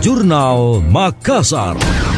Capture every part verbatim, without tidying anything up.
Jurnal Makassar.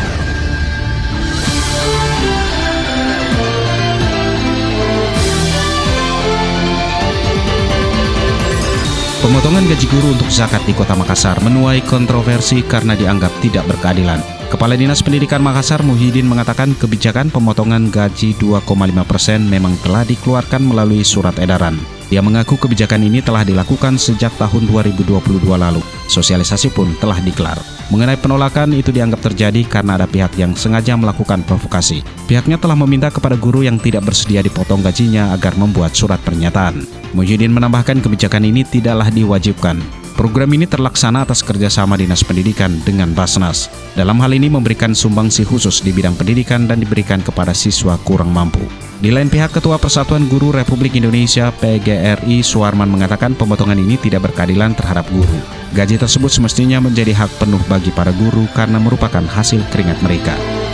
Pemotongan gaji guru untuk zakat di Kota Makassar menuai kontroversi karena dianggap tidak berkeadilan. Kepala Dinas Pendidikan Makassar Muhyiddin mengatakan kebijakan pemotongan gaji dua koma lima persen memang telah dikeluarkan melalui surat edaran. Dia mengaku kebijakan ini telah dilakukan sejak tahun dua ribu dua puluh dua lalu. Sosialisasi pun telah digelar. Mengenai penolakan itu dianggap terjadi karena ada pihak yang sengaja melakukan provokasi. Pihaknya telah meminta kepada guru yang tidak bersedia dipotong gajinya agar membuat surat pernyataan. Muhyiddin menambahkan kebijakan ini tidaklah diwajibkan. Program ini terlaksana atas kerjasama Dinas Pendidikan dengan Basnas. Dalam hal ini memberikan sumbangsi khusus di bidang pendidikan dan diberikan kepada siswa kurang mampu. Di lain pihak, Ketua Persatuan Guru Republik Indonesia P G R I Suarman mengatakan pemotongan ini tidak berkeadilan terhadap guru. Gaji tersebut semestinya menjadi hak penuh bagi para guru karena merupakan hasil keringat mereka.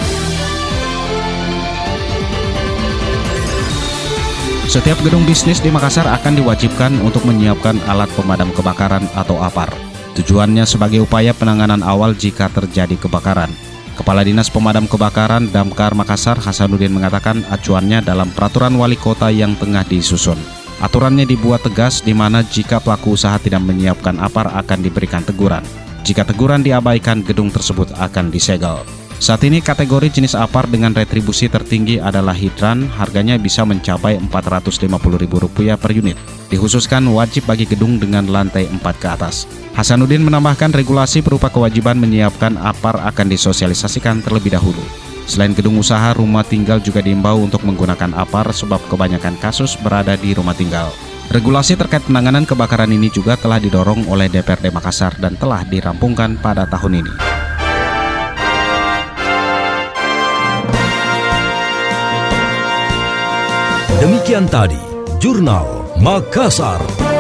Setiap gedung bisnis di Makassar akan diwajibkan untuk menyiapkan alat pemadam kebakaran atau A P A R. Tujuannya sebagai upaya penanganan awal jika terjadi kebakaran. Kepala Dinas Pemadam Kebakaran Damkar Makassar Hasanuddin mengatakan acuannya dalam peraturan wali kota yang tengah disusun. Aturannya dibuat tegas di mana jika pelaku usaha tidak menyiapkan A P A R akan diberikan teguran. Jika teguran diabaikan, gedung tersebut akan disegel. Saat ini kategori jenis A P A R dengan retribusi tertinggi adalah hidran, harganya bisa mencapai empat ratus lima puluh ribu rupiah per unit. Dikhususkan wajib bagi gedung dengan lantai empat ke atas. Hasanuddin menambahkan regulasi berupa kewajiban menyiapkan A P A R akan disosialisasikan terlebih dahulu. Selain gedung usaha, rumah tinggal juga diimbau untuk menggunakan A P A R sebab kebanyakan kasus berada di rumah tinggal. Regulasi terkait penanganan kebakaran ini juga telah didorong oleh D P R D Makassar dan telah dirampungkan pada tahun ini. Demikian tadi Jurnal Makassar.